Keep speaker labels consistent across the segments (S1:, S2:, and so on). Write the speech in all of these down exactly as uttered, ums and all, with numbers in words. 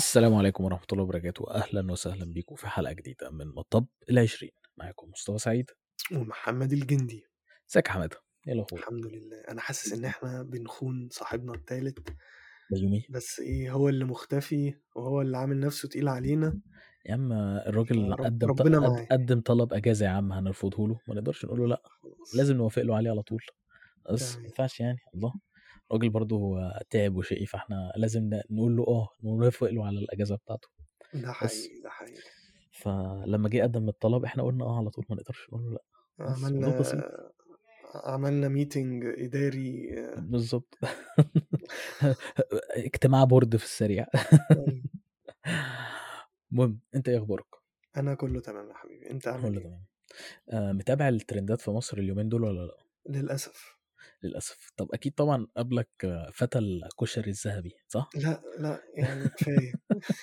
S1: السلام عليكم ورحمة الله وبركاته، أهلا وسهلا بيكم في حلقة جديدة من مطب العشرين. معاكم مصطفى سعيد.
S2: ومحمد الجندي.
S1: ازيك يا حمادة؟ ايه الأخبار؟
S2: الحمد لله. انا حاسس ان احنا بنخون صاحبنا التالت،
S1: بيومي
S2: بس ايه هو اللي مختفي وهو اللي عامل نفسه تقيل علينا.
S1: يا عم، الراجل قدم ط-
S2: فربنا
S1: قد-
S2: معاه.
S1: قدم طلب أجازة يا عم، هنرفضه له؟ ما نقدرش نقول له لأ،
S2: خلاص
S1: لازم نوافق له عليه على طول. بس ما
S2: تمام.
S1: ينفعش يعني، الله. الراجل برضه تعب وشقي، فاحنا لازم ن- نقول له اه نوافق له على الأجازة بتاعته.
S2: ده
S1: بس
S2: حقيقي ده حقيقي.
S1: فلما جه قدم الطلب احنا قلنا اه على طول، ما نقدرش نقول له لأ. بس
S2: عملنا
S1: موضوع بسيط.
S2: عملنا ميتنج اداري.
S1: بالظبط. اجتماع بورد في السريع. المهم، انت ايه اخبارك؟
S2: انا كله تمام يا حبيبي، انت عامل
S1: كله
S2: ايه؟
S1: تمام. آه، متابع الترندات في مصر اليومين دول ولا لا؟
S2: للاسف.
S1: للاسف. طب اكيد طبعا قبلك آه، فتى الكشري الذهبي، صح؟
S2: لا لا يعني كفايه.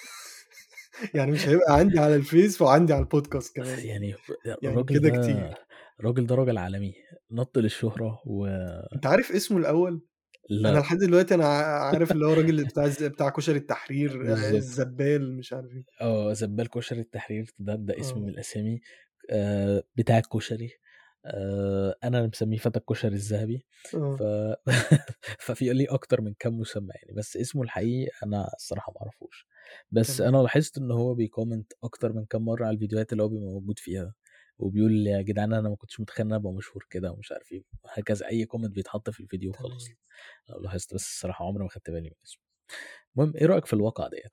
S2: يعني مش هيبقى عندي على الفيس وعندي على البودكاست كمان يعني.
S1: يعني
S2: يعني
S1: الراجل
S2: كده
S1: ده
S2: كتير.
S1: الراجل ده راجل عالمي، نط للشهرة و
S2: انت عارف اسمه الاول؟ انا
S1: لا.
S2: لحد دلوقتي انا ع- عارف اللي هو الراجل بتاع الز- بتاع كشري التحرير، آه،
S1: بالظبط.
S2: الزبال مش عارف ايه.
S1: اه، زبال كشري التحرير ده ده اسم من
S2: اه
S1: الاسامي. آه، بتاع الكشري. آه، انا اللي مسميه فتى الكشري الذهبي. ف...
S2: اه
S1: ففي ليه اكتر من كام مسمى يعني، بس اسمه الحقيقي انا الصراحه ما اعرفوش. بس انا
S2: تمام.
S1: لاحظت ان هو بيكومنت اكتر من كام مره على الفيديوهات اللي هو بيبقى موجود فيها، وبيقول يا جدعان انا ما كنتش متخيل ان انا ابقى مشهور كده ومش عارف ايه، هكذا اي كومنت بيتحط في الفيديو وخلاص.
S2: تمام.
S1: لو لاحظت، بس الصراحه عمري ما خدت بالي من اسمه. المهم، ايه رايك في الواقعه ديت؟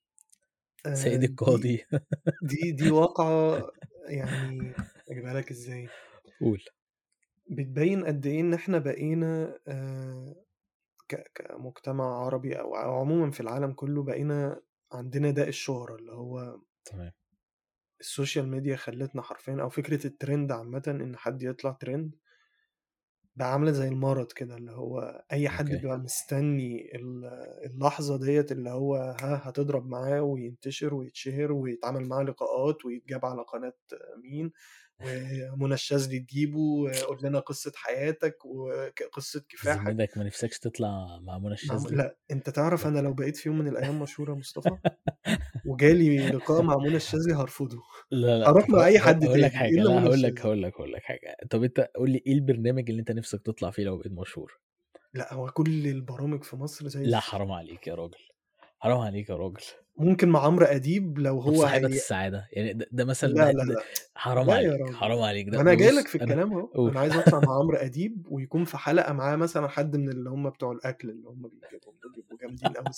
S2: آه
S1: سيد
S2: دي
S1: القاضي.
S2: دي دي واقعة. يعني اجيبها لك ازاي؟
S1: قول.
S2: بتبين قد ايه ان احنا بقينا آه ك- كمجتمع عربي او أو عموما في العالم كله بقينا عندنا داء الشهرة اللي هو
S1: تمام.
S2: السوشيال ميديا خلتنا حرفيا، او فكرة الترند عامة ان حد يطلع ترند بقى عاملة زي المرض كده، اللي هو أي حد
S1: اوكي.
S2: بيبقى مستني ال- اللحظة ديت اللي هو ها هتضرب معاه وينتشر ويتشهر ويتعمل معاه لقاءات ويتجاب على قناة مين، ومنى الشاذلي تجيبه قول لنا قصة حياتك وقصة كفاحك.
S1: بذمتك ما نفسكش تطلع مع منى
S2: مع...
S1: الشاذلي؟
S2: لا انت تعرف انا لو بقيت في يوم من الايام مشهور يا مصطفى وجالي لقاء مع منى الشاذلي هرفضه.
S1: لا لا،
S2: هروح
S1: طب
S2: مع
S1: هقول
S2: اي حد
S1: هقول لك
S2: تاني
S1: حاجه،
S2: الا
S1: لا
S2: منى
S1: هقول لك
S2: الشاذلي.
S1: هقول لك هقول لك حاجه. طب انت قول لي ايه البرنامج اللي انت نفسك تطلع فيه لو بقيت مشهور؟
S2: لا هو كل البرامج في مصر زي
S1: لا،
S2: الزفت.
S1: حرام عليك يا راجل، حرام عليك يا راجل.
S2: ممكن مع عمرو اديب لو
S1: طب
S2: هو
S1: صاحبة
S2: هي.
S1: السعادة يعني، ده, ده مثلا
S2: لا
S1: ده,
S2: لا
S1: ده
S2: لا
S1: حرام
S2: لا يا
S1: عليك،
S2: راجل
S1: حرام
S2: لا.
S1: عليك. ده
S2: ما انا
S1: ده
S2: جاي لك
S1: بص
S2: في
S1: انا
S2: الكلام اهو،
S1: قول.
S2: انا عايز اطلع مع عمرو اديب ويكون في حلقه معاه مثلا حد من اللي هم بتوع الاكل اللي هم بيجيبهم دول بيبقوا جامدين قوي.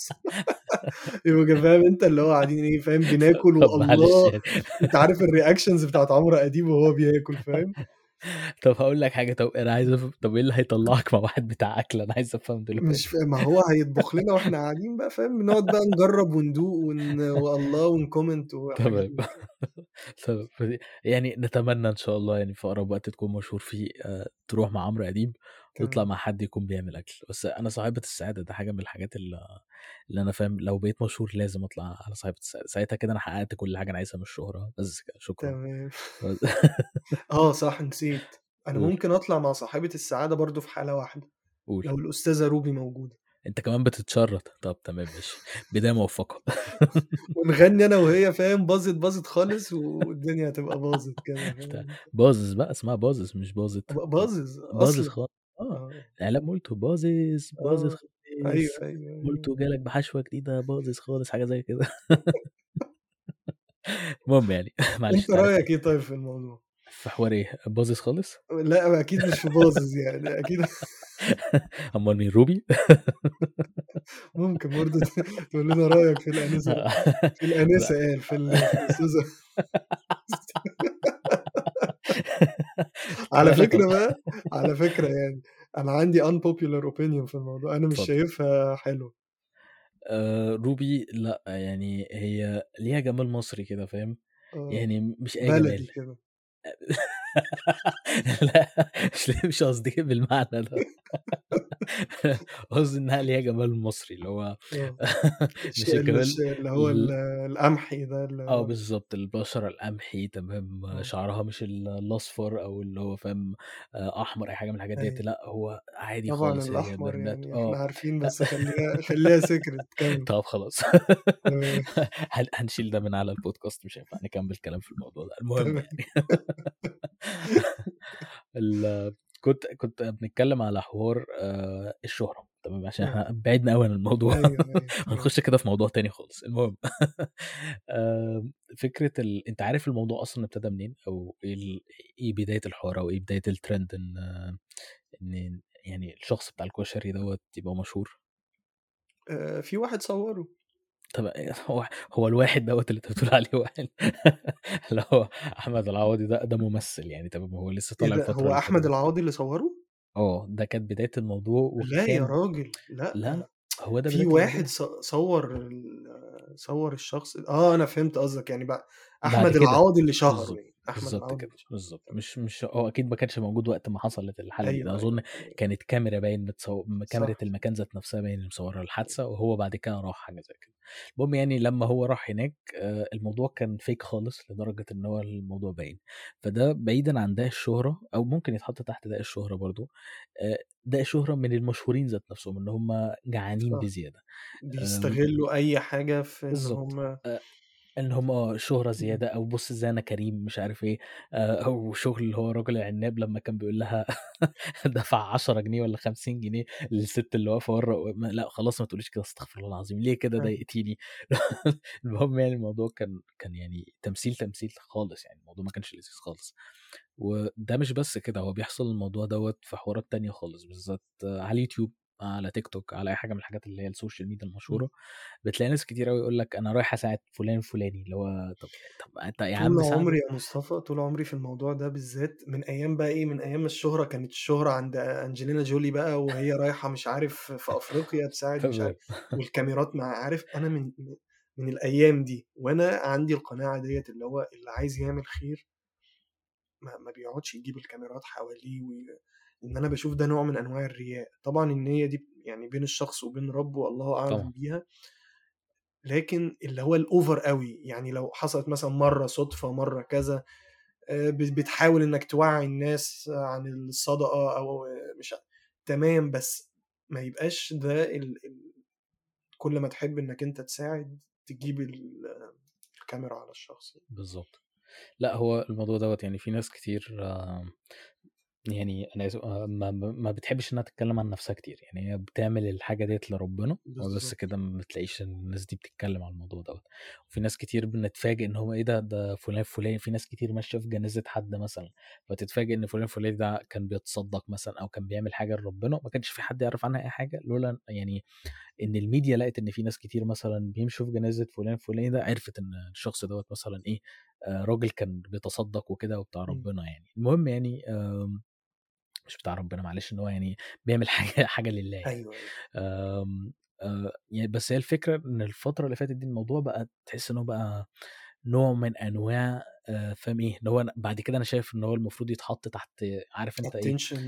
S2: يبقوا فاهم انت اللي هو قاعدين ايه، فاهم، بناكل
S1: طب معلش
S2: والله.
S1: يعني.
S2: انت عارف الرياكشنز بتاعت عمرو اديب وهو بياكل، فاهم.
S1: طب هقول لك حاجة، طب انا عايز افهم، طب ايه اللي هيطلعك مع واحد بتاع اكل؟ انا عايز افهم
S2: مش
S1: دلوقتي.
S2: فاهم، ما هو هيطبخ لنا واحنا قاعدين بقى، فاهم، بنقعد بقى نجرب وندوق ون... والله ونكومنت وحاجات
S1: تمام.
S2: من كده.
S1: تمام. فدي- يعني نتمنى ان شاء الله يعني في اقرب وقت تكون مشهور فيه، آه، تروح مع عمرو اديب وتطلع
S2: تمام
S1: مع حد يكون بيعمل اكل. بس انا صاحبة السعادة ده حاجة من الحاجات اللي, اللي انا فاهم لو بقيت مشهور لازم اطلع على صاحبة السعادة. ساعتها كده انا حققت كل حاجة انا عايزها من الشهرة، بس كده شكرا.
S2: تمام.
S1: بس.
S2: اه صح نسيت. انا
S1: قول.
S2: ممكن اطلع مع صاحبة السعادة برضو في حالة واحدة،
S1: قول.
S2: لو الأستاذة روبي موجودة.
S1: انت كمان بتتشرط؟ طب تمام ماشي، بداية موفقة.
S2: ونغني أنا وهي، فاهم، باظت باظت خالص والدنيا هتبقى باظت كده،
S1: انت
S2: فاهم.
S1: باظظ بقى، اسمها باظظ مش باظت.
S2: أبقى باظظ
S1: باظظ
S2: أصلا.
S1: خالص. اه،
S2: اه
S1: اعلان مولتو باظظ باظظ
S2: اه أيوه
S1: خالص.
S2: أيوه
S1: مولتو
S2: أيوه.
S1: جالك بحشوة جديدة باظظ خالص، حاجة زي كده. المهم يعني، معلش
S2: أنت
S1: انت عارف
S2: رأيك إيه طيب في الموضوع؟
S1: في حوار ايه باظظ خالص.
S2: لا أكيد مش في باظظ يعني أكيد.
S1: امال مين؟ روبي.
S2: ممكن برضه تقول لنا رأيك في الأنسة، في الأنسة
S1: لا.
S2: قال في ال... في الأستاذة. على
S1: لا لا، طب
S2: فكرة بقى، على فكرة يعني أنا عندي unpopular opinion في الموضوع، أنا مش
S1: اتفضل.
S2: شايفها حلوة.
S1: آه، روبي لا يعني هي ليها جمال مصري كده، فاهم؟
S2: آه،
S1: يعني مش اي جمال.
S2: بلدي كده.
S1: لا، مش مش قصدي بالمعنى ده. قصدي إنها ليها جمال مصري، اللي هو
S2: آه. الش
S1: مش
S2: الش
S1: الجمال
S2: اللي هو ال
S1: ال
S2: القمحي ده اللي
S1: آه
S2: هو ال
S1: بالضبط، البشرة القمحي تمام،
S2: آه.
S1: شعرها مش ال الأصفر أو اللي هو فاهم، آآ أحمر أي حاجة من الحاجات ديّة،
S2: أيوه.
S1: لأ هو عادي
S2: طبعًا
S1: خالص، هي
S2: الأحمر
S1: براندات
S2: يعني إحنا
S1: آه.
S2: عارفين، بس خلّيها خلّيها secret كمّل.
S1: طب خلاص.
S2: تمام.
S1: هن هنشيل ده من على البودكاست، مش هينفع نكمّل كلام في الموضوع ده. المهم
S2: تمام.
S1: يعني ال كنت كنت بنتكلّم على حوار آآ الشهرة تمام، عشان
S2: آه.
S1: إحنا بعدنا أوي عن الموضوع.
S2: أيوه، أيوه، أيوه.
S1: هنخش كده في موضوع تاني خالص. المهم آمم فكرة ال أنت عارف الموضوع أصلًا ابتدى منين؟ أو إيه ال إيه بداية الحوار أو إيه بداية الtrend إن إن يعني الشخص بتاع الكشري دوّة يبقى مشهور؟
S2: آآ في واحد صوّره.
S1: طب هو هو الواحد دوّة اللي أنت بتقول عليه واحد اللي هو أحمد العوضي ده ده ممثل يعني تمام، هو لسه
S2: إيه
S1: طالع
S2: ده،
S1: الفترة
S2: هو
S1: اللي فاتت
S2: أحمد
S1: دي.
S2: العوضي اللي صوّره؟
S1: آه، ده كانت بداية الموضوع
S2: لا يا
S1: وكان
S2: راجل،
S1: لا،
S2: لأ.
S1: لأ، هو ده
S2: في
S1: بداية
S2: واحد
S1: الموضوع.
S2: ص صوّر ال صوّر الشخص آه، أنا فهمت قصدك، يعني بقى
S1: بعد
S2: أحمد
S1: كده،
S2: العوضي اللي شهره
S1: بالضبط،
S2: يعني، أحمد
S1: بالضبط
S2: العوضي
S1: كده،
S2: اللي شهره.
S1: بالضبط.
S2: تمام.
S1: مش مش هو أكيد ما كانش موجود وقت ما حصلت الحالة دي، ده
S2: أيوه،
S1: أظن
S2: أيوه، أيوه.
S1: كانت كاميرا باين متصو م كاميرا
S2: صح.
S1: المكان ذات نفسها باين اللي مصوّرة الحادثة، وهو بعد كده راح حاجة زي كده. المهم يعني لمّا هو راح هناك آآ، الموضوع كان fake خالص لدرجة إن هو الموضوع باين. فده بعيدًا عن داعي الشهرة أو ممكن يتحط تحت داعي الشهرة برضه، آآ، داعي الشهرة من المشهورين ذات نفسهم، إن هم جعانين
S2: صح.
S1: بزيادة. آمم،
S2: بيستغلّوا أي حاجة في إن
S1: بالضبط.
S2: هم
S1: آآ إن هم آه، شهرة
S2: إمم.
S1: زيادة أو بُص إزاي أنا كريم مش عارف إيه، آآ أو شغل اللي هو الراجل العناب لمّا كان بيقول لها دفع عشرة جنيه والّا خمسين جنيه للست اللي واقفة برّه وم لأ خلاص ما تقوليش كده استغفر الله العظيم، ليه كده
S2: أيوه.
S1: ضايقتيني؟ المهم يعني الموضوع كان كان يعني تمثيل، تمثيل خالص يعني، الموضوع ما كانش لذيذ خالص. وده مش بس كده، هو بيحصل الموضوع دوّة في حوارات تانية خالص، بالذات على اليوتيوب، على تيك توك، على أي حاجة من الحاجات اللي هي السوشيال ميديا
S2: إمم.
S1: المشهورة. بتلاقي ناس كتير أوي يقول لك أنا رايح أساعد فلان الفلاني، اللي هو طب طب أنت يا
S2: طول
S1: عم
S2: عمري
S1: ساعده.
S2: يا مصطفى، طول عمري في الموضوع ده بالذات، من أيام بقى إيه، من أيام الشهرة، كانت الشهرة عند أنجلينا جولي بقى، وهي رايحة مش عارف في أفريقيا تساعد مش عارف،
S1: تمام.
S2: والكاميرات مع عارف، أنا من م من الأيام دي، وأنا عندي القناعة ديّة، اللي هو اللي عايز يعمل خير ما ما بيقعدش يجيب الكاميرات حواليه وي لإن أنا باشوف ده نوع من أنواع الرياء. طبعًا النية دي يعني بين الشخص وبين ربه، الله أعلم
S1: طبعًا.
S2: بيها، لكن اللي هو الأوفر أوي، يعني لو حصلت مثلًا مرّة صُدفة، مرّة كذا، آآ ب بتحاول إنك توعّي الناس عن الصدقة أو مش ع تمام، بس ما يبقاش ده ال ال كل ما تحب إنك أنت تساعد تجيب ال الكاميرا على الشخص.
S1: بالضبط. لأ هو الموضوع دوّة يعني في ناس كتير آمم يعني أنا آسف آآ ما ما ما بتحبّش إنّها تتكلّم عن نَفْسها كتير، يعني هي بتعمل الحاجة ديّة لربنا وبس
S2: بالضبط.
S1: كده، ما تلاقيش الناس دي بتتكلّم عن الموضوع دوّة. وفي ناس كتير بنتفاجئ إن هو إيه ده، ده فُلان الفُلاني، في ناس كتير ماشية في جنازة حد مثلًا، فتتفاجئ إن فُلان الفُلاني ده كان بيتصدّق مثلًا أو كان بيعمل حاجة لربنا، ما كانش في حد يعرف عنها أي حاجة لولا يعني إن الميديا لقت إن في ناس كتير مثلًا بيمشوا في جنازة فُلان الفُلاني ده، عرفت إن الشخص دوّة مثلًا إيه، آآ راجل كان بيتصدّق وكده وبتاع
S2: إمم.
S1: ربنا يعني. المهم يعني آمم مش بتاع ربنا معلش، إن هو يعني بيعمل حاجة حاجة لله يعني.
S2: أيوه، أيوه.
S1: آمم، آآ، يعني بس هي الفكرة إن الفترة اللي فاتت دي الموضوع بقى تحس إن هو بقى نوع من أنواع آآ، فاهم إيه، اللي هو أنا بعد كده أنا شايف إن هو المفروض يتحط تحت عارف أنت إيه.
S2: attention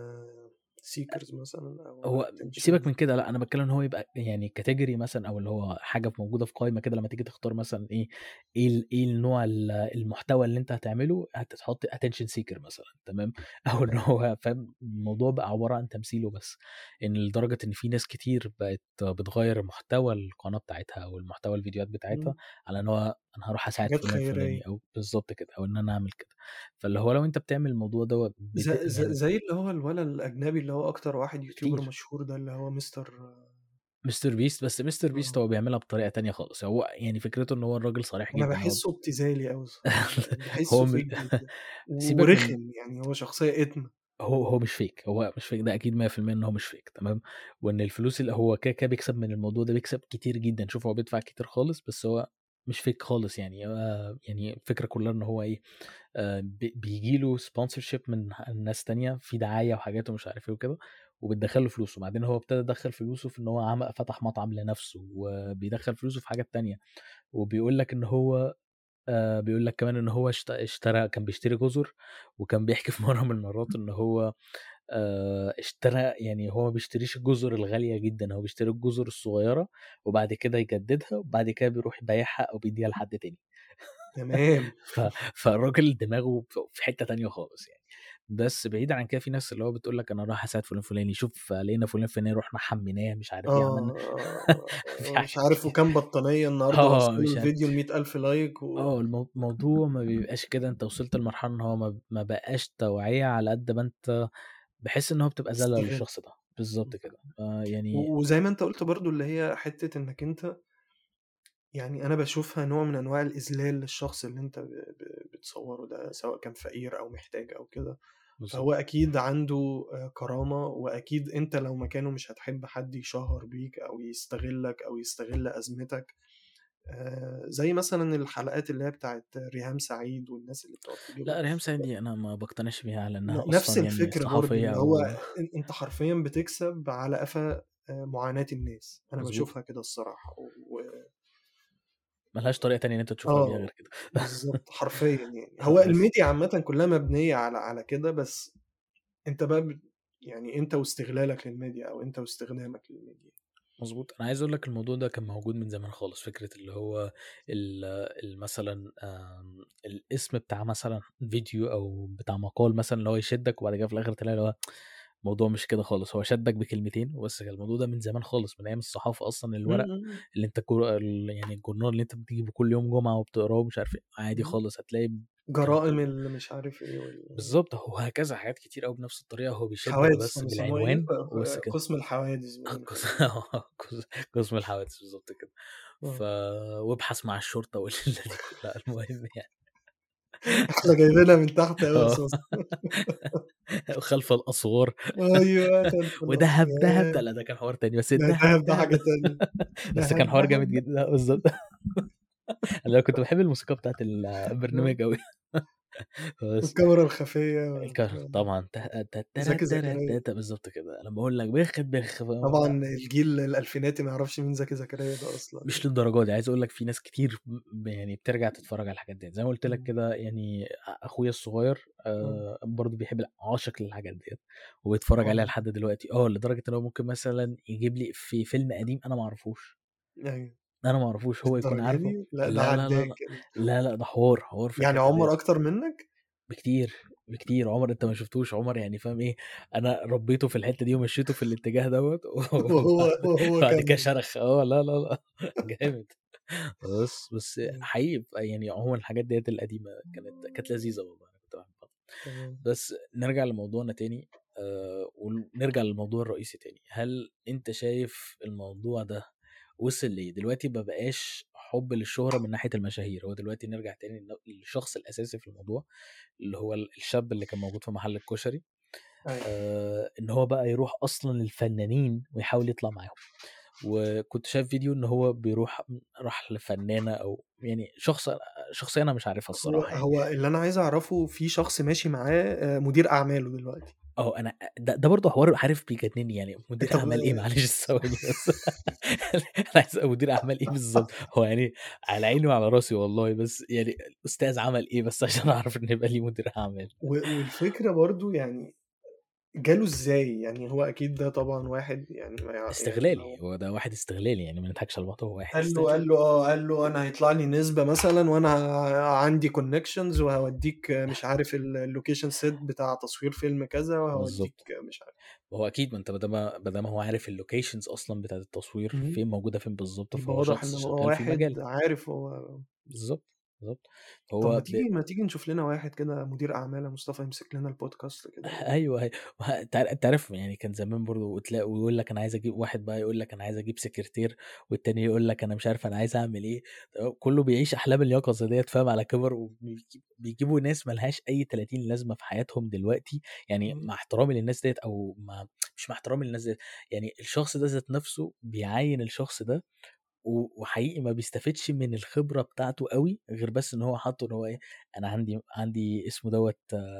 S2: seekers مثلًا، أو
S1: هو سيبك
S2: attention.
S1: من كده، لأ، أنا باتكلم إن هو يبقى يعني category مثلًا أو اللي هو حاجة موجودة في قايمة كده لمّا تيجي تختار مثلًا إيه، إيه ال إيه النوع ال المحتوى اللي أنت هتعمله، هتحط attention seeker مثلًا تمام، أو إن
S2: أيوه.
S1: هو فاهم، الموضوع بقى عبارة عن تمثيل وبس، إن لدرجة إن في ناس كتير بقت بتغيّر محتوى القناة بتاعتها أو المحتوى الفيديوهات بتاعتها
S2: إمم.
S1: على إن هو أنا هاروح أساعد
S2: حاجات
S1: فلان الفلاني
S2: خيرية.
S1: أو بالضبط كده، أو إن أنا أعمل كده. فاللي هو لو أنت بتعمل الموضوع دوّة
S2: ز
S1: بت
S2: ز
S1: يعني
S2: زي اللي هو الولد الأجنبي، اللي هو أكتر واحد يوتيوبر
S1: كتير.
S2: مشهور ده، اللي هو مستر
S1: مستر بيست، بس مستر بيست
S2: آه.
S1: هو بيعملها بطريقة تانية خالص، هو يعني فكرته إن هو الراجل صريح
S2: أنا
S1: جدًا، هو
S2: باحسّه ابتذالي أوي الصراحة، ب باحسّه
S1: هو م
S2: fake جدًا،
S1: سيبك من
S2: ورخم، يعني هو شخصية إتمة.
S1: هو هو مش fake، هو مش fake، ده أكيد مية في المية إن هو مش fake تمام، وإن الفلوس اللي هو كده، كده بيكسب من الموضوع ده، بيكسب كتير جدًا، شوف هو بيدفع كتير خالص، بس هو مش fake خالص يعني، هو يعني الفكرة كلّها إن هو إيه، آآ ب بييجي له sponsorship من ح ناس تانية في دعاية وحاجات ومش عارف إيه وكده، وبتدخّل له فلوس، وبعدين هو ابتدى يدخّل فلوسه في إن هو عم فتح مطعم لنفسه، وبيدخّل فلوسه في حاجات تانية، وبيقول لك إن هو آآ بيقول لك كمان إن هو اشت اشترى كان بيشتري جزر، وكان بيحكي في مرّة من المرّات إن هو آآ اشترى يعني هو ما بيشتريش الجزر الغالية جدًا، هو بيشتري الجزر الصغيرة وبعد كده يجددها وبعد كده بيروح يبيعها أو بيديها لحد تاني.
S2: تمام.
S1: ف فالراجل دماغه ف في حتة تانية خالص يعني. بس بعيدًا عن كده في ناس اللي هو بتقول لك أنا رايح أساعد فلان فلاني، شوف لقينا فلان فلاني رُحنا حميناه مش عارف إيه عملنا
S2: آه،
S1: في
S2: مش
S1: حاجات
S2: عارف
S1: كتير.
S2: وكام بطانية النهارده
S1: آه،
S2: وصّلوا
S1: مش عارف.
S2: الفيديو لمية ألف لايك و
S1: آه، المو الموضوع ما بيبقاش كده، أنت وصلت لمرحلة إن هو ما ما بقاش توعية على قد ما أنت باحس إن هو بتبقى زَلّة
S2: استغل.
S1: للشخص ده، بالضبط كده. آآ يعني
S2: و وزي ما أنت قُلت برضه اللي هي حتّة إنّك أنت يعني أنا باشوفها نوع من أنواع الإذلال للشخص اللي أنت ب ب بتصوّره ده، سواء كان فقير أو محتاج أو كده،
S1: بالضبط.
S2: فهو أكيد عنده آآ كرامة، وأكيد أنت لو مكانه مش هتحب حد يشهّر بيك أو يستغلّك أو يستغل أزمتك. آآ زي مثلًا الحلقات اللي هي بتاعة ريهام سعيد والناس اللي بتقعد
S1: لأ،
S2: تجيبها.
S1: ريهام سعيد دي أنا ما باقتناش بيها على إنها
S2: ن نفس
S1: أصلًا يعني
S2: الفكر برضه،
S1: صحفية
S2: اللي هو
S1: أو
S2: أن أنت حرفيًا بتكسب على قفا آآ معاناة الناس، أنا
S1: مضبوط.
S2: باشوفها كده الصراحة و
S1: ما لهاش طريقة تانية إن أنت تشوفها بيها
S2: آه،
S1: غير كده.
S2: بالضبط، حرفيًا يعني. هو
S1: بس.
S2: الميديا عامةً كلّها مبنية على على كده، بس أنت بقى بت يعني أنت واستغلالك للميديا أو أنت واستخدامك للميديا.
S1: مضبوط. أنا عايز أقول لك الموضوع ده كان موجود من زمان خالص، فكرة اللي هو ال ال مثلًا آمم، الاسم بتاع مثلًا فيديو أو بتاع مقال مثلًا اللي هو يشدّك وبعد كده في الآخر تلاقي اللي هو الموضوع مش كده خالص، هو شدّك بكلمتين وبس كده. الموضوع ده من زمان خالص، من أيام الصحافة أصلًا
S2: إمم،
S1: الورق
S2: إمم،
S1: اللي أنت الجر ال يعني الجورنال اللي أنت بتجيبه كل يوم جمعة وبتقراه ومش عارف إيه، عادي
S2: إمم،
S1: خالص هتلاقي كان
S2: جرائم اللي مش عارف إيه وال
S1: بالضبط، وهكذا حاجات كتير أوي بنفس الطريقة، هو بيشدّك
S2: حوادث
S1: بس
S2: كانوا بيسموها إيه؟ ق
S1: بالعنوان وبس
S2: ق
S1: كده.
S2: قسم الحوادث
S1: آه،
S2: باين
S1: قس
S2: حاجة زي
S1: آه، قس قسم الحوادث بالضبط كده. ف
S2: آه.
S1: وابحث مع الشرطة والليلة دي كلّها، المهم يعني.
S2: إحنا جايبينها من تحت أوي يا
S1: آه.
S2: صاصة.
S1: وخلف الأسوار.
S2: أيوه خلف
S1: ودهب،
S2: الأسوار.
S1: دهب ده
S2: ياه!
S1: لأ، ده كان حوار تاني، بس
S2: ده
S1: الدهب،
S2: دهب ده
S1: دهب
S2: حاجة
S1: ده
S2: تانية.
S1: بس
S2: دهب،
S1: كان حوار
S2: دهب،
S1: جامد
S2: دهب.
S1: جدًا. آه، بالضبط. أنا كنت باحب الموسيقى بتاعة
S2: آه.
S1: البرنامج أوي. بس
S2: والكاميرا الخفية
S1: الك
S2: وال
S1: طبعًا ت ت ترا
S2: زكي
S1: ترا
S2: زكريا.
S1: تاتا بالضبط كده. لمّا أقول لك بخ بخ فاهم؟
S2: طبعًا الجيل الألفيناتي ما يعرفش مين زكي زكريا ده أصلًا
S1: مش
S2: يعني.
S1: للدرجة دي، عايز أقول لك في ناس كتير ب يعني بترجع تتفرّج على الحاجات ديّة، زي ما قُلت لك
S2: إمم.
S1: كده يعني أ أخويا الصغير
S2: آه.
S1: آآ برضه بيحب ال عاشق للحاجات ديّة، وبيتفرّج عليها
S2: آه.
S1: لحد دلوقتي، آه، لدرجة إن هو ممكن مثلًا يجيب لي إفيه فيلم قديم أنا ما أعرفوش،
S2: أيوه.
S1: أنا ما أعرفوش هو يكون
S2: للدرجة
S1: عارفه.
S2: دي! لأ ده
S1: لا، لا، لا،
S2: عدّاك
S1: لأ،
S2: أنت.
S1: لا، لأ، ده حوار، حوار في
S2: يعني
S1: الحتّة ديّة
S2: عُمر أكتر منّك؟
S1: بكتير، بكتير. عمر أنت ما شُفتوش، عمر يعني فاهم إيه، أنا ربيته في الحتّة دي ومشيته في الاتجاه دوّة
S2: وهو
S1: وبعد
S2: وهو
S1: بعد كده
S2: كمّل.
S1: شرخ. آه، لا، لا، لأ، جامد. بس، بس
S2: إمم.
S1: حقيقي ب يعني عمومًا الحاجات ديّة القديمة كانت كانت لذيذة والله، أنا كنت باحبها.
S2: تمام.
S1: بس نرجع لموضوعنا تاني آآ، ونرجع للموضوع الرئيسي تاني، هل أنت شايف الموضوع ده وصل لإيه؟ دلوقتي ما بقاش حُب للشهرة من ناحية المشاهير، هو دلوقتي نرجع تاني لن للشخص الأساسي في الموضوع، اللي هو ال الشاب اللي كان موجود في محل الكشري،
S2: أيوه.
S1: آآ، إن هو بقى يروح أصلًا للفنانين ويحاول يطلع معاهم. وكنت شايف فيديو إن هو بيروح م راح لفنانة أو يعني شخص شخصية أنا مش عارفها
S2: هو
S1: الصراحة يعني.
S2: هو اللي أنا عايز أعرفه في شخص ماشي معاه آآ مدير أعماله دلوقتي.
S1: آه، أنا ده ده برضه حوار عارف بيجنني، يعني مدير
S2: طب
S1: أعمال إيه معلش ثواني بس. أنا عايز أبقى مدير أعمال إيه بالضبط؟ هو يعني على عيني وعلى راسي والله، بس يعني الأستاذ عمل إيه بس عشان أعرف إن يبقى ليه مدير أعمال؟
S2: و والفكرة برضه يعني جاله إزاي؟ يعني هو أكيد ده طبعًا واحد يعني ما يع يعني ما
S1: استغلالي،
S2: هو
S1: هو ده واحد استغلالي يعني ما نضحكش على بعض، هو واحد
S2: قال له قال
S1: استغلالي.
S2: له آه، قال له أنا هيطلع لي نسبة مثلًا وأنا عندي connections وهاودّيك مش عارف ال الlocation set بتاع تصوير فيلم كذا وهاودّيك
S1: بالضبط.
S2: مش عارف.
S1: ما هو أكيد ما أنت ما دام ما دام هو عارف الlocations أصلًا بتاعة التصوير
S2: اهم.
S1: فين موجودة فين بالضبط،
S2: يبقى
S1: فهو
S2: واضح إن
S1: شخص
S2: هو
S1: شغال في المجال.
S2: واحد عارف هو.
S1: بالضبط، بالضبط.
S2: طب ما
S1: فهو ب
S2: تيجي ما تيجي نشوف لنا واحد كده مدير أعمال يا مصطفى يمسك لنا الpodcast كده و
S1: أيوه، أيوه. وه أنت عار أنت عارف يعني كان زمان برضه وتلاقي ويقول لك أنا عايز أجيب واحد بقى يقول لك أنا عايز أجيب سكرتير، والتاني يقول لك أنا مش عارف أنا عايز أعمل إيه، تمام، كُلّه بيعيش أحلام اليقظة ديّة فاهم على كِبَر وبيجيب بيجيبوا ناس ما لهاش أي تلاتين لازمة في حياتهم دلوقتي، يعني
S2: إمم.
S1: مع احترامي للناس ديّة أو مع مش مع احترامي للناس ديّة، يعني الشخص ده ذات نَفْسه بيعيّن الشخص ده و وحقيقي ما بيستفدش من الخبرة بتاعته أوي، غير بس إن هو حاطّه إن هو إيه، أنا عندي عندي اسمه دوّة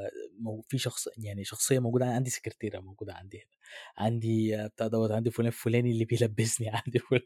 S1: مو في شخص يعني شخصية موجودة عندي سكرتيرة موجودة عندي هنا، عندي آه، بتاع دوّة، عندي فلان الفلاني اللي بيلبّسني، عندي فلان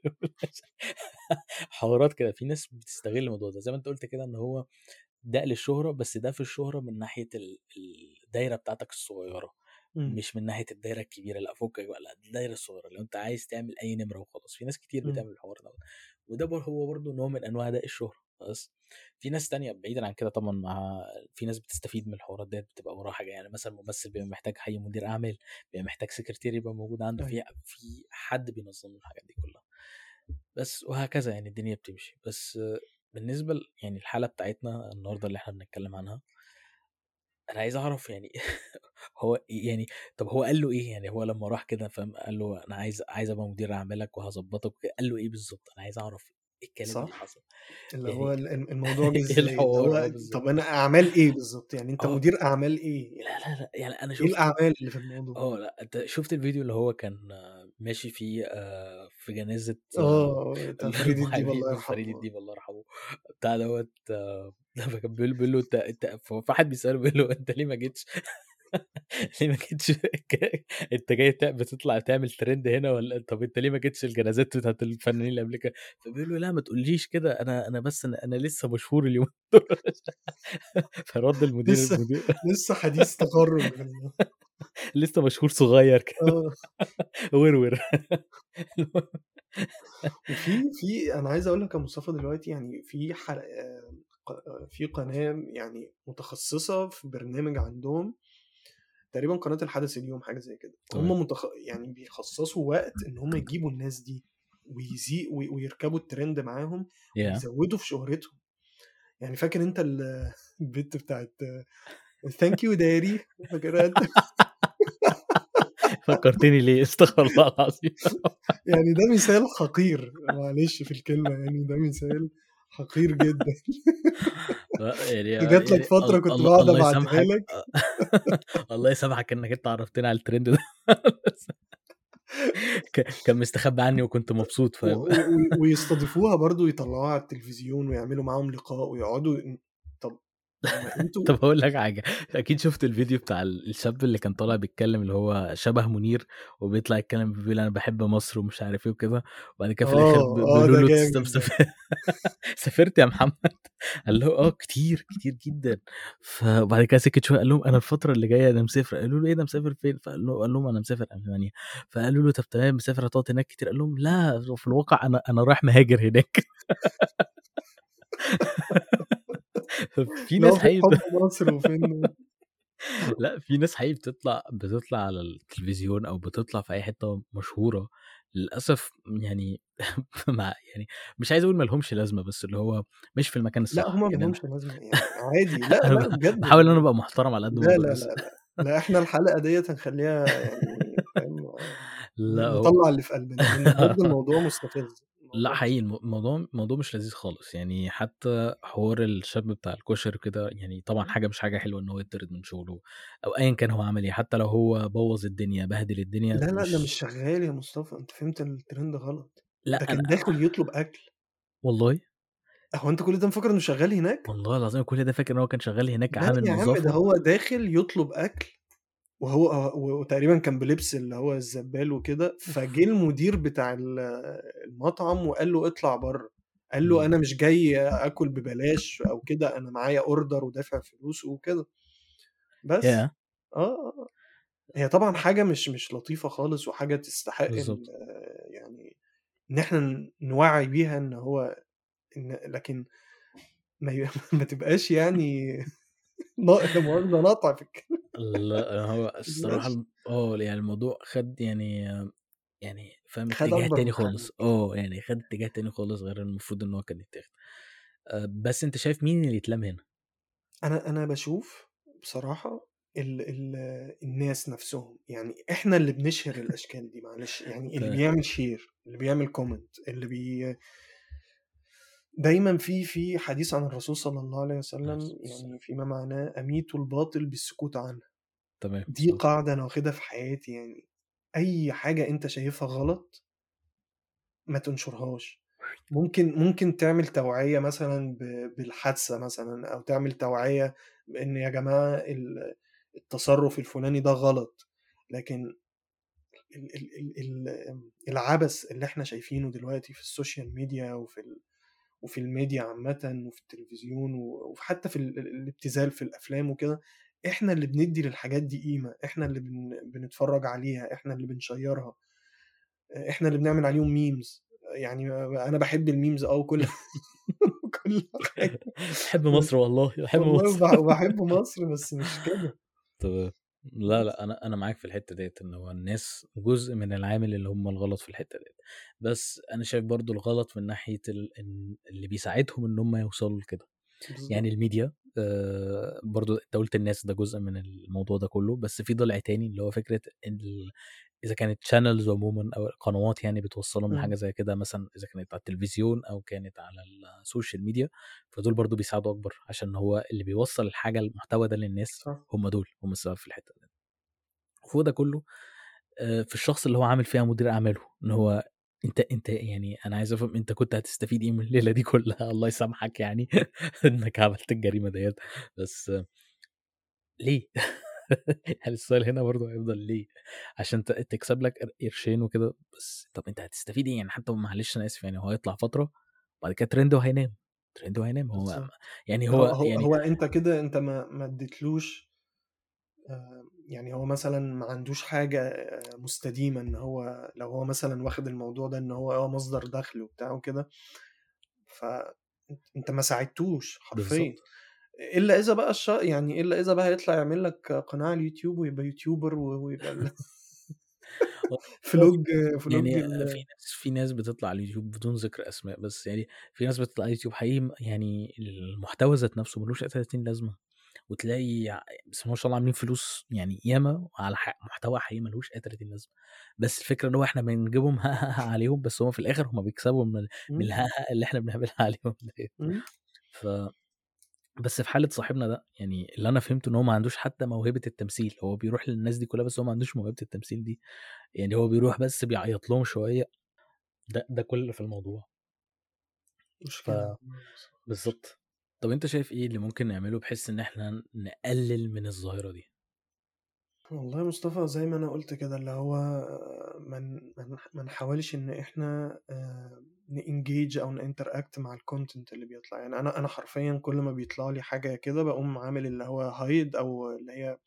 S1: حوارات كده، في ناس بتستغل الموضوع ده، زي ما أنت قُلت كده إن هو داء للشهرة، بس ده في الشهرة من ناحية ال الدايرة بتاعتك الصغيّرة،
S2: إمم.
S1: مش من ناحية الدايرة الكبيرة، لأ فكك بقى، لأ الدايرة الصغيرة، لو أنت عايز تعمل أي نمرة وخلاص، في ناس كتير
S2: إمم.
S1: بتعمل الحوار دوّة، وده بر هو برضه نوع من أنواع داء الشهرة، بس في ناس تانية بعيدًا عن كده طبعًا، مع في ناس بتستفيد من الحوارات ديّة، بتبقى وراها حاجة، يعني مثلًا ممثل بيبقى محتاج حي مدير أعمال، بيبقى محتاج سكرتير يبقى موجود عنده،
S2: أيوه.
S1: في في حد بينظم له الحاجات دي كلها، بس وهكذا يعني الدنيا بتمشي. بس بالنسبة ل يعني الحالة بتاعتنا النهارده اللي إحنا بنتكلم عنها، أنا عايز أعرف يعني هو يعني طب هو قال له إيه؟ يعني هو لمّا راح كده فاهم، قال له أنا عايز عايز أبقى مدير أعمالك وهاضبطك وكده، قال له إيه بالضبط؟ أنا عايز أعرف إيه الكلام اللي
S2: صح.
S1: حصل،
S2: اللي هو
S1: يعني
S2: ال الم الموضوع جه
S1: إيه
S2: إزاي؟ اللي
S1: الحوار؟ آه
S2: هو
S1: بالضبط.
S2: طب أنا أعمال إيه بالضبط؟ يعني أنت
S1: آه،
S2: مدير أعمال إيه
S1: لا،
S2: يعني؟
S1: لا، لأ، يعني أنا
S2: إيه
S1: شُفت
S2: الأعمال اللي في الموضوع؟
S1: آه، لأ، أنت شُفت الفيديو اللي هو كان ماشي فيه آآ، في جنازة
S2: آه، بتاع فريد الديب الله
S1: المحامي فريد
S2: يرحمه.
S1: الديب الله يرحمه، بتاع دوّة، لمّا كان بيقول بيقول له أنت أنت فواحد بيسأله بيقول له أنت ليه ما جيتش ليه ما جيتش ك أنت جاي ت بتطلع تعمل ترند هنا والّا طب أنت ليه ما جيتش الجنازات بتاعة الفنانين اللي قبل كده؟ فبيقول له: "لأ ما تقوليش كده، أنا أنا بس أنا أنا لسه مشهور اليومين دول." فرَد المدير
S2: لسه
S1: المدير
S2: لسه حديث تخرُّج في ال
S1: لسه مشهور صغير كده
S2: آه.
S1: وِروِر.
S2: وفي في أنا عايز أقول لك يا مصطفى دلوقتي يعني في حلق آآ ق في قناة يعني متخصصة في برنامج عندهم، تقريبًا قناة الحدث اليوم حاجة زي كده،
S1: تمام.
S2: هم متخ يعني بيخصصوا وقت إن هم يجيبوا الناس دي ويزي و ويركبوا الترند معاهم
S1: ياه!
S2: ويزوّدوا في شهرتهم. يعني فاكر أنت ال البت بتاعة thank you daddy فاكرها أنت؟
S1: فكّرتني ليه؟ استغفر الله العظيم.
S2: يعني ده مثال حقير، معلش في الكلمة يعني ده مثال حقير جدًا.
S1: لأ يعني
S2: جات لك
S1: يعني
S2: فترة
S1: ال
S2: كنت
S1: الله
S2: باقعد
S1: الله
S2: أبعتها
S1: يسامحك
S2: لك
S1: آه. الله يسامحك إنّك أنت عرّفتني على الtrend ده. ك كان مستخبي عني وكنت مبسوط
S2: و
S1: فاهم؟
S2: و و ويستضيفوها برضه يطلّعوها على التلفزيون ويعملوا معاهم لقاء ويقعدوا ن طب طب ما أنتم
S1: طب هاقول لك حاجة، أكيد شُفت الفيديو بتاع ال الشاب اللي كان طالع بيتكلّم اللي هو شبه منير، وبيطلع يتكلّم بيقول أنا باحب مصر ومش عارف إيه وكده، وبعد كده في الآخر ب
S2: آه، آه
S1: بيقولوا
S2: ده
S1: له ت طب
S2: جامد ده.
S1: سف سافرت يا محمد؟ قال له: "آه كتير، كتير جدًا." ف وبعد كده سكت شوية قال لهم: "أنا الفترة اللي جاية أنا مسافر." قالوا له: "إيه ده مسافر فين؟" فقال له قال لهم: "أنا مسافر ألمانيا." فقالوا له: "طب تمام مسافر هتقعد هناك كتير؟" قال لهم: "لا، وفي الواقع أنا أنا رايح مهاجر هناك." في
S2: اللي هو
S1: ناس
S2: فين
S1: حقيقي ب
S2: حُب مصر وفين
S1: لأ، في ناس حقيقي بتطلع بتطلع على التلفزيون أو بتطلع في أي حتة مشهورة، للأسف يعني مع يعني مش عايز أقول ما لهمش لازمة، بس اللي هو مش في المكان
S2: لأ
S1: الصح،
S2: هم ما
S1: يعني أنا
S2: لهمش لازمة يعني عادي، لأ،
S1: أنا ب
S2: لأ بجد
S1: باحاول إن أنا
S2: يعني
S1: أبقى محترم على قد ما
S2: لا،
S1: أقدر
S2: لا،
S1: بس
S2: لا، لأ، ده إحنا الحلقة ديّة هنخلّيها يعني فاهم،
S1: لأ
S2: ن
S1: هو
S2: نطلّع اللي في قلبنا، لإن بجد الموضوع مستفز،
S1: لأ
S2: الموضوع
S1: حقيقي
S2: مستفز.
S1: الم الموضوع الموضوع مش لذيذ خالص، يعني حتى حوار الشاب بتاع الكشري وكده، يعني طبعًا حاجة مش حاجة حلوة إن هو يتطرد من شغله أو أيًا كان هو عمل إيه، حتى لو هو بوّظ الدنيا، بهدل الدنيا
S2: لا، لأ، ده مش
S1: مش
S2: شغال يا مصطفى، أنت فهمت الtrend غلط،
S1: لأ
S2: ده
S1: أنا
S2: كان داخل يطلب أكل،
S1: والله!
S2: هو أنت كل ده مفكر إنه شغال هناك؟
S1: والله العظيم كل ده فاكر إن هو كان شغال هناك
S2: لا
S1: عامل
S2: يا عم ده
S1: نضافة.
S2: هو داخل يطلب أكل وهو آه، و وتقريبًا كان بلبس اللي هو الزبّال وكده، فجه
S1: أوف!
S2: المدير بتاع ال المطعم وقال له: "اطلع برّه." قال له:
S1: إمم.
S2: "أنا مش جاي آكل ببلاش أو كده، أنا معايا order ودافع فلوس وكده." بس.
S1: ياه!
S2: آه، آه، آه. هي طبعًا حاجة مش مش لطيفة خالص وحاجة تستحق ال
S1: بالضبط.
S2: يعني إن إحنا ن نوعّي بيها إن هو إن لكن ما ي ما تبقاش يعني ن لا مؤاخذة نقطع في الكلمة
S1: لأ هو
S2: ما
S1: الصراحة
S2: تبقاش
S1: الم آه، يعني الموضوع خَد يعني يعني فاهم
S2: خَد
S1: اتجاه
S2: أكبر
S1: تاني
S2: من
S1: خالص،
S2: حجمه.
S1: آه، يعني خَد اتجاه تاني خالص غير المفروض إن هو كان يتاخد. آآ، بس أنت شايف مين اللي يتلام هنا؟
S2: أنا أنا باشوف بصراحة ال ال الناس نَفْسهم، يعني إحنا اللي بنشهر الأشكال دي معلش، يعني اللي
S1: تمام.
S2: بيعمل share اللي بيعمل comment اللي بي دايمًا في في حديث عن الرسول صلى الله عليه
S1: عليه الصلاة
S2: وسلم
S1: والسلام.
S2: يعني فيما معناه أميتوا الباطل بالسكوت عنه،
S1: تمام،
S2: دي
S1: مضبوط.
S2: قاعدة أنا واخدها في حياتي يعني، أي حاجة أنت شايفها غلط ما تنشرهاش، ممكن ممكن تعمل توعية مثلًا ب بالحادثة مثلًا أو تعمل توعية بإن يا جماعة ال التصرُّف الفلاني ده غلط، لكن ال ال ال ال العبث اللي إحنا شايفينه دلوقتي في السوشيال ميديا وفي ال وفي الميديا عامةً وفي التلفزيون و وحتى في ال ال الابتذال في الأفلام وكده، إحنا اللي بندّي للحاجات دي قيمة، إحنا اللي بن بنتفرّج عليها، إحنا اللي بنشيّرها، آآ إحنا اللي بنعمل عليهم memes. يعني أنا باحب الmemes آه وكل وكل حاجة،
S1: باحب
S2: بس
S1: مصر والله، باحب
S2: والله
S1: مصر.
S2: وب وباحب مصر بس مش كده.
S1: تمام. لا،
S2: بس.
S1: لأ، أنا أنا معاك في الحتّة ديّة، إن هو الناس جزء من العامل اللي هم الغلط في الحتّة ديّة، بس أنا شايف برضه الغلط من ناحية ال إن اللي بيساعدهم إن هم يوصلوا لكده، يعني
S2: بالضبط.
S1: الميديا آآ، برضه أنت قُلت الناس ده جزء من الموضوع ده كلّه، بس في ضلع تاني اللي هو فكرة ال إذا كانت channels عمومًا أو قنوات يعني بتوصّلهم
S2: إمم.
S1: لحاجة زي كده مثلًا إذا كانت على التلفزيون أو كانت على السوشيال ميديا، فدول برضه بيساعدوا أكبر، عشان هو اللي بيوصّل الحاجة المحتوى ده للناس
S2: صح.
S1: هم دول، هم السبب في الحتّة دي. وفوق ده كلّه آآ في الشخص اللي هو عامل فيها مدير أعماله، إن هو أنت أنت يعني أنا عايز أفهم أنت كنت هتستفيد إيه من الليلة دي كلّها الله يسامحك يعني إنك عملت الجريمة ديّة، بس ليه؟ هل السؤال هنا برضه هيفضل ليه؟ عشان ت تكسب لك قر قرشين وكده، بس طَب أنت هتستفيد إيه؟ يعني حتى معلش أنا آسف يعني هو هيطلع فترة وبعد كده ترند وهينام، ترند وهينام هو م
S2: بالضبط.
S1: يعني
S2: هو
S1: هو
S2: هو
S1: يعني
S2: هو أنت كده أنت ما ما اديتلوش، آآ، يعني هو مثلًا ما عندوش حاجة آآ مستديمة، إن هو لو هو مثلًا واخد الموضوع ده إن هو آه مصدر دخل وبتاع وكده، فأنت أنت ما ساعدتوش حرفيًا.
S1: بالضبط.
S2: إلا إذا بقى الش يعني إلا إذا بقى هيطلع يعمل لك قناة على اليوتيوب ويبقى يوتيوبر و ويبقى ال فلوج فلوج
S1: يعني في
S2: ال
S1: ناس في ناس بتطلع على اليوتيوب بدون ذكر أسماء، بس يعني في ناس بتطلع على اليوتيوب حقيقي م يعني المحتوى ذات نفسه ما لوش أي تلاتين لازمة، وتلاقي ع بسم الله ما شاء الله عاملين فلوس يعني ياما على ح محتوى حقيقي ما لوش أي تلاتين لازمة، بس الفكرة إن هو إحنا بنجيبهم عليهم، بس هُم في الآخر هُم بيكسبوا من ال من
S2: إمم.
S1: الهَهَة اللي إحنا بنعملها عليهم ديّة.
S2: إمم.
S1: ف بس في حالة صاحبنا ده، يعني اللي أنا فهمته إن هو ما عندوش حتى موهبة التمثيل، هو بيروح للناس دي كلها بس هو ما عندوش موهبة التمثيل دي، يعني هو بيروح بس بيعيّط لهم شوية، ده ده كل اللي في الموضوع. ف
S2: مشكلة والله بصراحة مشكلة.
S1: بالضبط. طب أنت شايف إيه اللي ممكن نعمله بحيث إن إحنا نقلل من الظاهرة دي؟
S2: والله يا مصطفى زي ما أنا قُلت كده، اللي هو ما ن ما نح ما نحاولش إن إحنا آآ نengage أو نinteract مع الcontent اللي بيطلع. يعني أنا أنا حرفيًا كل ما بيطلع لي حاجة كده باقوم عامل اللي هو hide أو اللي هي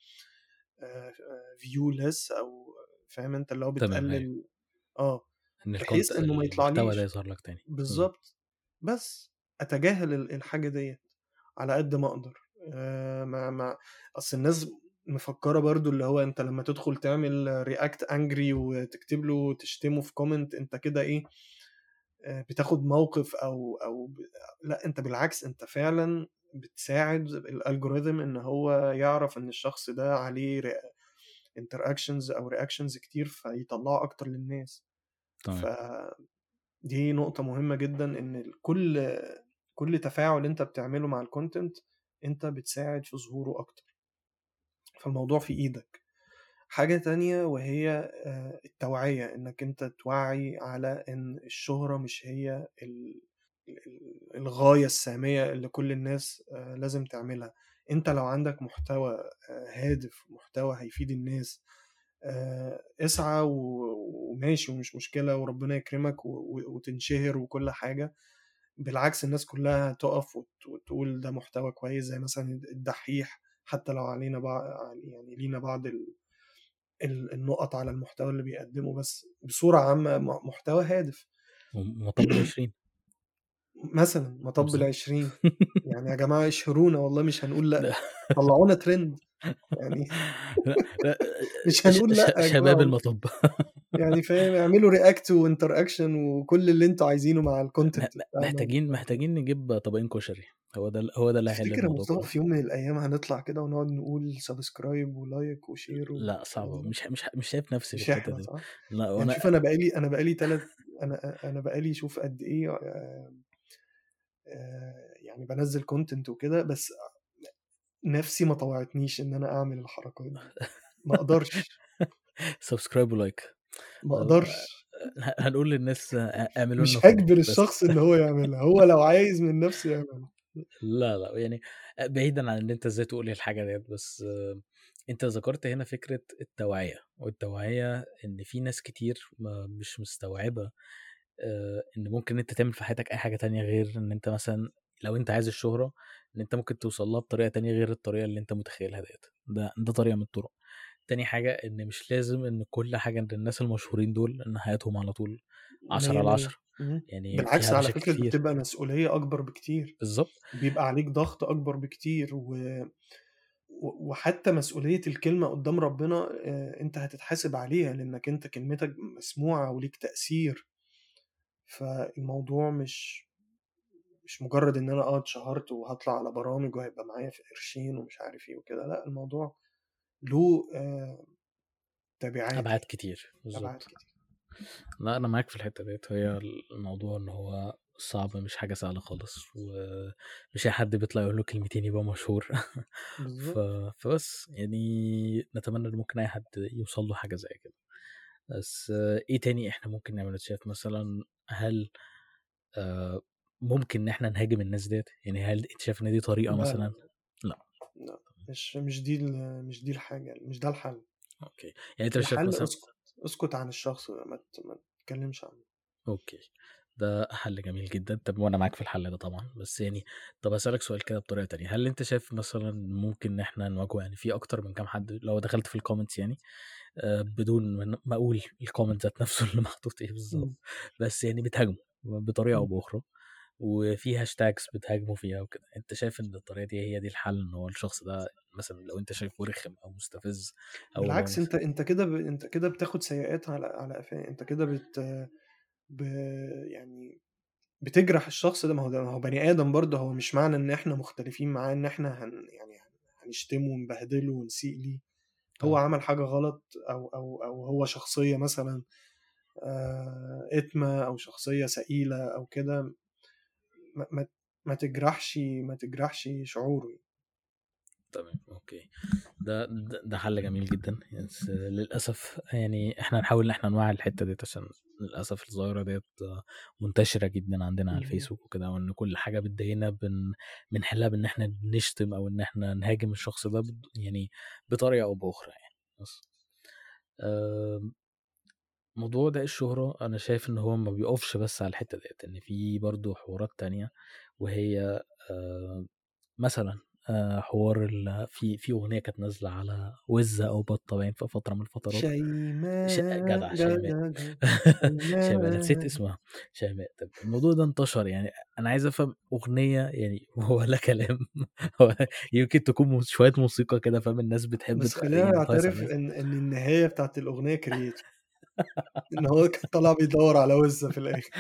S2: آآ view less أو فاهم أنت اللي هو
S1: تمام أيوه.
S2: بتقلل. آه.
S1: إن
S2: بحيث
S1: الكونت
S2: إنه ما
S1: المحتوى ده
S2: يطلعليش.
S1: يظهر لك تاني. إمم.
S2: بالضبط. بس أتجاهل ال الحاجة ديّة على قد ما أقدر. آآ ما ما أصل الناس مفكّرة برضه اللي هو أنت لمّا تدخل تعمل react angry وتكتب له تشتمه في comment أنت كده إيه، آآ بتاخد موقف أو أو ب لأ أنت بالعكس أنت فعلًا بتساعد الalgorithm إن هو يعرف إن الشخص ده عليه ر interactions أو reactions كتير فيطلّعه أكتر للناس.
S1: تمام.
S2: فدي نقطة مهمة جدًا إن ال كل كل تفاعل أنت بتعمله مع الcontent أنت بتساعد في ظهوره أكتر. فالموضوع في إيدك. حاجة تانية وهي آآ التوعية، إنّك أنت توعّي على إن الشهرة مش هي ال ال الغاية السامية اللي كل الناس آآ لازم تعملها. أنت لو عندك محتوى آآ هادف، محتوى هيفيد الناس، آآ اسعى و وماشي ومش مشكلة وربنا يكرمك و و وتنشهر وكل حاجة. بالعكس الناس كلّها هتُقف وت وتقول ده محتوى كويس، زي مثلًا الد الدحّيح، حتى لو علينا بع يعني لينا بعض ال ال النُقَط على المحتوى اللي بيقدّمه، بس بصورة عامة م محتوى هادف.
S1: وم ومطب العشرين.
S2: مثلًا مطب
S1: بالضبط.
S2: العشرين، يعني يا جماعة اشهرونا والله مش هنقول
S1: ده
S2: لأ، طلّعونا trend يعني
S1: لأ، لأ
S2: مش
S1: ش
S2: هنقول
S1: ش
S2: لأ يا جماعة
S1: شباب
S2: والله.
S1: المطب.
S2: يعني فاهم، اعملوا react وinteraction وكل اللي أنتم عايزينه مع
S1: م م
S2: الcontent بتاعنا
S1: محتاجين
S2: و
S1: محتاجين نجيب طبقين كشري، هو ده ال هو ده اللي هيحل
S2: تفتكر يا
S1: الموضوع
S2: مصطفى
S1: كله.
S2: في يوم من الأيام هنطلع كده ونقعد نقول subscribe ولايك وshare
S1: لأ صعبة،
S2: والكلام ده؟
S1: مش ه مش ه مش شايف نفسي في
S2: مش
S1: الحتة
S2: إحنا
S1: دي.
S2: صح؟
S1: لأ
S2: يعني
S1: وأنا
S2: شوف أنا بقى لي أنا بقى لي تلات أنا أ أنا بقى لي شوف قد إيه آآ آآ يعني بانزّل content وكده، بس نَفْسي ما طوعتنيش إن أنا أعمل الحركات دي. ما أقدرش.
S1: subscribe ولايك.
S2: ما
S1: طب
S2: أقدرش.
S1: ه هنقول للناس أ اعملوا لنا
S2: مش
S1: follow
S2: هاجبر
S1: بس.
S2: الشخص إن هو يعملها، هو لو عايز من نَفْسه يعملها.
S1: لا، لأ، يعني بعيدًا عن إن أنت إزاي تقول لي الحاجة ديّة، بس آه، أنت ذكرت هنا فكرة التوعية، والتوعية إن في ناس كتير ما مش مستوعبة آآ، إن ممكن أنت تعمل في حياتك أي حاجة تانية غير إن أنت مثلًا لو أنت عايز الشهرة إن أنت ممكن توصل لها بطريقة تانية غير الطريقة اللي أنت متخيلها ديّة، ده ده طريقة من الطرق. تاني حاجة إن مش لازم إن كل حاجة عند الناس المشهورين دول إن حياتهم على طول عشرة
S2: مِيّة،
S1: على
S2: مِيّة.
S1: عشرة
S2: إمم.
S1: يعني
S2: بالعكس
S1: فيها
S2: على
S1: مشاكل
S2: فكرة ده
S1: كتير.
S2: بتبقى مسؤولية أكبر بكتير،
S1: بالضبط.
S2: بيبقى عليك ضغط أكبر بكتير و و وحتى مسؤولية الكلمة قدّام ربنا آآ أنت هتتحاسب عليها، لإنّك أنت كلمتك مسموعة وليك تأثير. فالموضوع مش مش مجرّد إن أنا آه اتشهرت وهاطلع على برامج وهيبقى معايا ف قرشين ومش عارف إيه وكده، لأ الموضوع له آآ تبعات
S1: أبعاد
S2: يعني،
S1: كتير،
S2: أبعاد
S1: بالضبط.
S2: كتير.
S1: لأ أنا معاك في الحتّة ديّة، هي الموضوع إن هو صعب مش حاجة سهلة خالص، ومش أي حد بيطلع يقول له كلمتين يبقى مشهور. ف
S2: بالضبط.
S1: فبس يعني نتمنى إن ممكن أي حد يوصل له حاجة زي كده. بس إيه تاني إحنا ممكن نعمله؟ أنت شايف مثلًا هل آآ ممكن إن إحنا نهاجم الناس ديّة؟ يعني هل أنت شايف إن دي طريقة
S2: لا، لا،
S1: مثلًا؟
S2: لأ،
S1: لأ.
S2: لأ، مش مش دي ال مش دي الحاجة، مش ده الحل.
S1: أوكي. يعني أنت مش شايف
S2: الحل
S1: مثلًا
S2: اسكت، اسكت عن الشخص ده، ما ت ما تتكلمش عنه.
S1: أوكي، ده حل جميل جدًا، طب وأنا معاك في الحل ده طبعًا، بس يعني طب هاسألك سؤال كده بطريقة تانية، هل أنت شايف مثلًا ممكن إن إحنا نواجهه يعني في أكتر من كام حد لو دخلت في الcomments يعني آآ بدون ما ن ما أقول الcomment ذات نفسه اللي محطوط إيه بالضبط،
S2: إمم.
S1: بس يعني بتهاجمه بطريقة أو
S2: إمم.
S1: بأخرى، وفي hashtags بتهاجموا فيها وكده، أنت شايف إن الطريقة دي هي دي الحل إن هو الشخص ده مثلًا لو أنت شايفه رخم أو مستفز أو هو
S2: بالعكس
S1: مثلًا
S2: أنت أنت كده ب أنت كده بتاخد سيئات على على قفاه، أنت كده بت ب يعني بتجرح الشخص ده، ما هو ده ما هو بني آدم برضه، هو مش معنى إن إحنا مختلفين معاه إن إحنا هن يعني هن هنشتمه ونبهدله ونسيء ليه. هو
S1: آه.
S2: عمل حاجة غلط أو أو أو هو شخصية مثلًا آآ إتمة أو شخصية سئيلة أو كده، ما ما ما تجرحش ما تجرحش شعوره.
S1: تمام، أوكي. ده د ده حل جميل جدًا، بس للأسف يعني إحنا هنحاول إن إحنا نوعّي الحتّة ديّة عشان للأسف الظاهرة ديّة منتشرة جدًا عندنا على
S2: اهم.
S1: الفيسبوك وكده، وإن كل حاجة بتضايقنا بن بنحلّها بإن إحنا نشتم أو إن إحنا نهاجم الشخص ده بد يعني بطريقة أو بأخرى يعني، بس. آمم موضوع داء الشهرة أنا شايف إن هو ما بيقفش بس على الحتّة ديّة، إن في برضه حوارات تانية وهي آآ مثلًا آآ حوار ال في في أغنية كانت نازلة على وِز أو بَطّة باين في فترة من الفترات ش
S2: شيماء
S1: جدع
S2: جا
S1: شيماء.
S2: جا جا
S1: شيماء أنا نسيت
S2: شيماء.
S1: اسمها، شيماء. طب الموضوع ده انتشر يعني أنا عايز أفهم أغنية يعني ولا كلام هو يمكن تكون موس شوية موسيقى كده فاهم، الناس بتحب
S2: بس
S1: ت
S2: خلّينا
S1: يعني تهيص على
S2: نعترف
S1: الناس.
S2: إن إن النهاية بتاعة الأغنية creative، إن هو كان طالع بيدوّر على وِزّة في الآخر.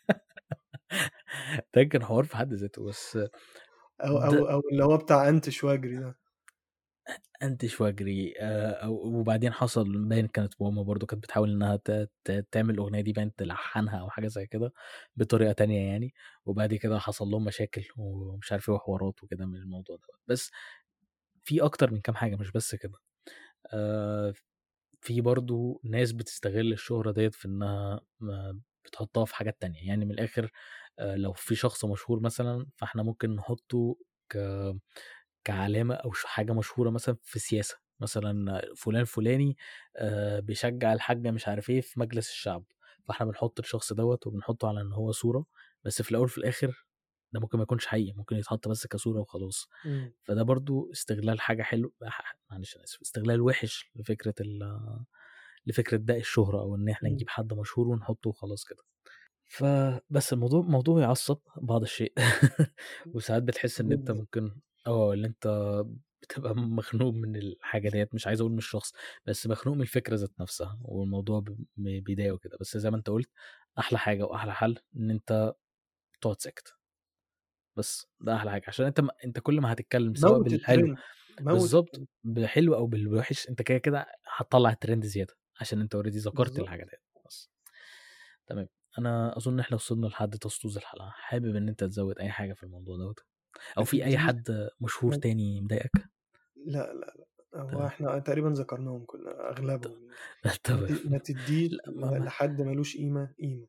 S1: ده كان حوار في حد ذاته، بس
S2: أو أو
S1: ده
S2: أو اللي هو بتاع أنتش واجري ده.
S1: أنتش واجري آآ أو وبعدين حصل باين كانت ماما برضه كانت بتحاول إنها ت ت تعمل الأغنية دي باين تلحّنها أو حاجة زي كده بطريقة تانية يعني، وبعد كده حصل لهم مشاكل ومش عارف إيه وحوارات وكده من الموضوع دوّة، بس في أكتر من كام حاجة مش بس كده. آآ في برضه ناس بتستغل الشهرة ديّة في إنها ما بتحطها في حاجات تانية، يعني من الآخر آآ لو في شخص مشهور مثلًا فإحنا ممكن نحطه ك كعلامة أو ش حاجة مشهورة مثلًا في السياسة، مثلًا فلان فلاني آآ بيشجّع الحاجة مش عارف إيه في مجلس الشعب، فإحنا بنحط الشخص دوّة وبنحطه على إن هو صورة، بس في الأول وفي الآخر ده ممكن ما يكونش حقيقي، ممكن يتحط بس كصورة وخلاص،
S2: إمم.
S1: فده برضه استغلال حاجة حلو ح معلش أنا آسف، استغلال وِحِش لفكرة ال لفكرة داء الشهرة أو إن إحنا
S2: إمم.
S1: نجيب حد مشهور ونحطه وخلاص كده. فبس الموضوع موضوع يعصّب بعض الشيء وساعات بتحس إن أنت
S2: جدًا.
S1: ممكن آه، اللي أنت بتبقى مخنوق من الحاجة ديّة، مش عايز أقول من الشخص، بس مخنوق من الفكرة ذات نفسها، والموضوع ب م بيضايق وكده، بس زي ما أنت قُلت أحلى حاجة وأحلى حل إن أنت تقعد ساكت، بس ده أحلى حاجة، عشان أنت م أنت كل ما هتتكلم سواء
S2: موّت
S1: بالحلو
S2: الtrend، موّت
S1: بالضبط،
S2: الtrend.
S1: بالحلو أو بالوِحِش، أنت كده، كده هتطلّع الtrend زيادة، عشان أنت already ذكرت الحاجة
S2: بالضبط.
S1: ديّة، بس. تمام. أنا أظن إحنا وصلنا لحد تسطيز الحلقة، حابب إن أنت تزوّد أي حاجة في الموضوع دوّة، أو
S2: ما
S1: في أي
S2: تدّينيش
S1: حد مشهور
S2: ما
S1: تاني مضايقك؟
S2: لا، لا، لأ، هو
S1: تمام.
S2: إحنا تقريبًا ذكرناهم كل
S1: ت
S2: أغلبهم يعني. ما ت
S1: تمام.
S2: ما تدّيش
S1: لأ ما
S2: ل
S1: ما
S2: لحد ما لوش قيمة، قيمة.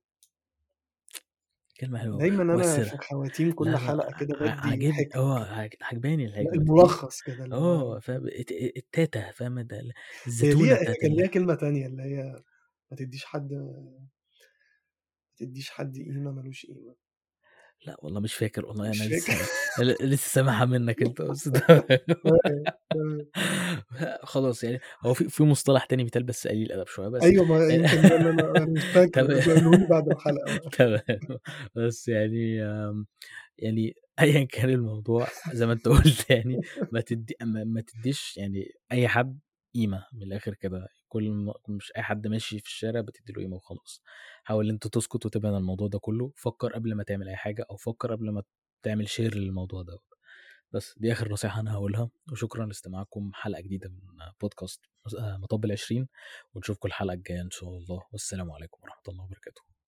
S1: كلمة حلوة أوي،
S2: دايمًا أنا في
S1: مؤثرة.
S2: خواتيم كل
S1: لا، لا،
S2: حلقة كده
S1: ع
S2: بادّي
S1: عاجبني
S2: حِكَم
S1: آه،
S2: كده،
S1: عاج عاجباني
S2: لأ
S1: الحاجة دي
S2: الملخص كده اللي هو
S1: آه، فاهم الت التاتا فاهم ده ال
S2: هي
S1: الزتونة
S2: ليها هي
S1: بتاعة
S2: كان
S1: ال
S2: ليها كلمة تانية اللي هي ما تدّيش حد ما تدّيش حد قيمة ما لوش قيمة.
S1: لأ والله مش فاكر والله أنا
S2: مش فاكر؟
S1: لسه ل لسه سامعها منّك أنت بس تمام.
S2: تمام، تمام.
S1: خلاص يعني هو في في مصطلح تاني بيتقال بس قليل أدب شوية بس
S2: أيوه، ما يمكن ده اللي أنا أنا مش فاكره،
S1: تمام.
S2: ابقى قوله لي بعد الحلقة بقى.
S1: تمام. بس يعني آمم، يعني أيًا كان الموضوع زي ما أنت قُلت يعني ما تدّي ما ما تدّيش يعني أي حد قيمة من الآخر كده، كل ما مش أي حد ماشي في الشارع بتدّي له قيمة وخلاص. حاول إن أنت تسكت وتبعد عن الموضوع ده كلّه، فكّر قبل ما تعمل أي حاجة أو فكّر قبل ما تعمل share للموضوع دوّة. بس دي آخر نصيحة أنا هاقولها، وشكرًا لاستماعكم حلقة جديدة من podcast مس آآ مطب العشرين، ونشوفكم الحلقة الجاية إن شاء الله، والسلام عليكم ورحمة الله وبركاته.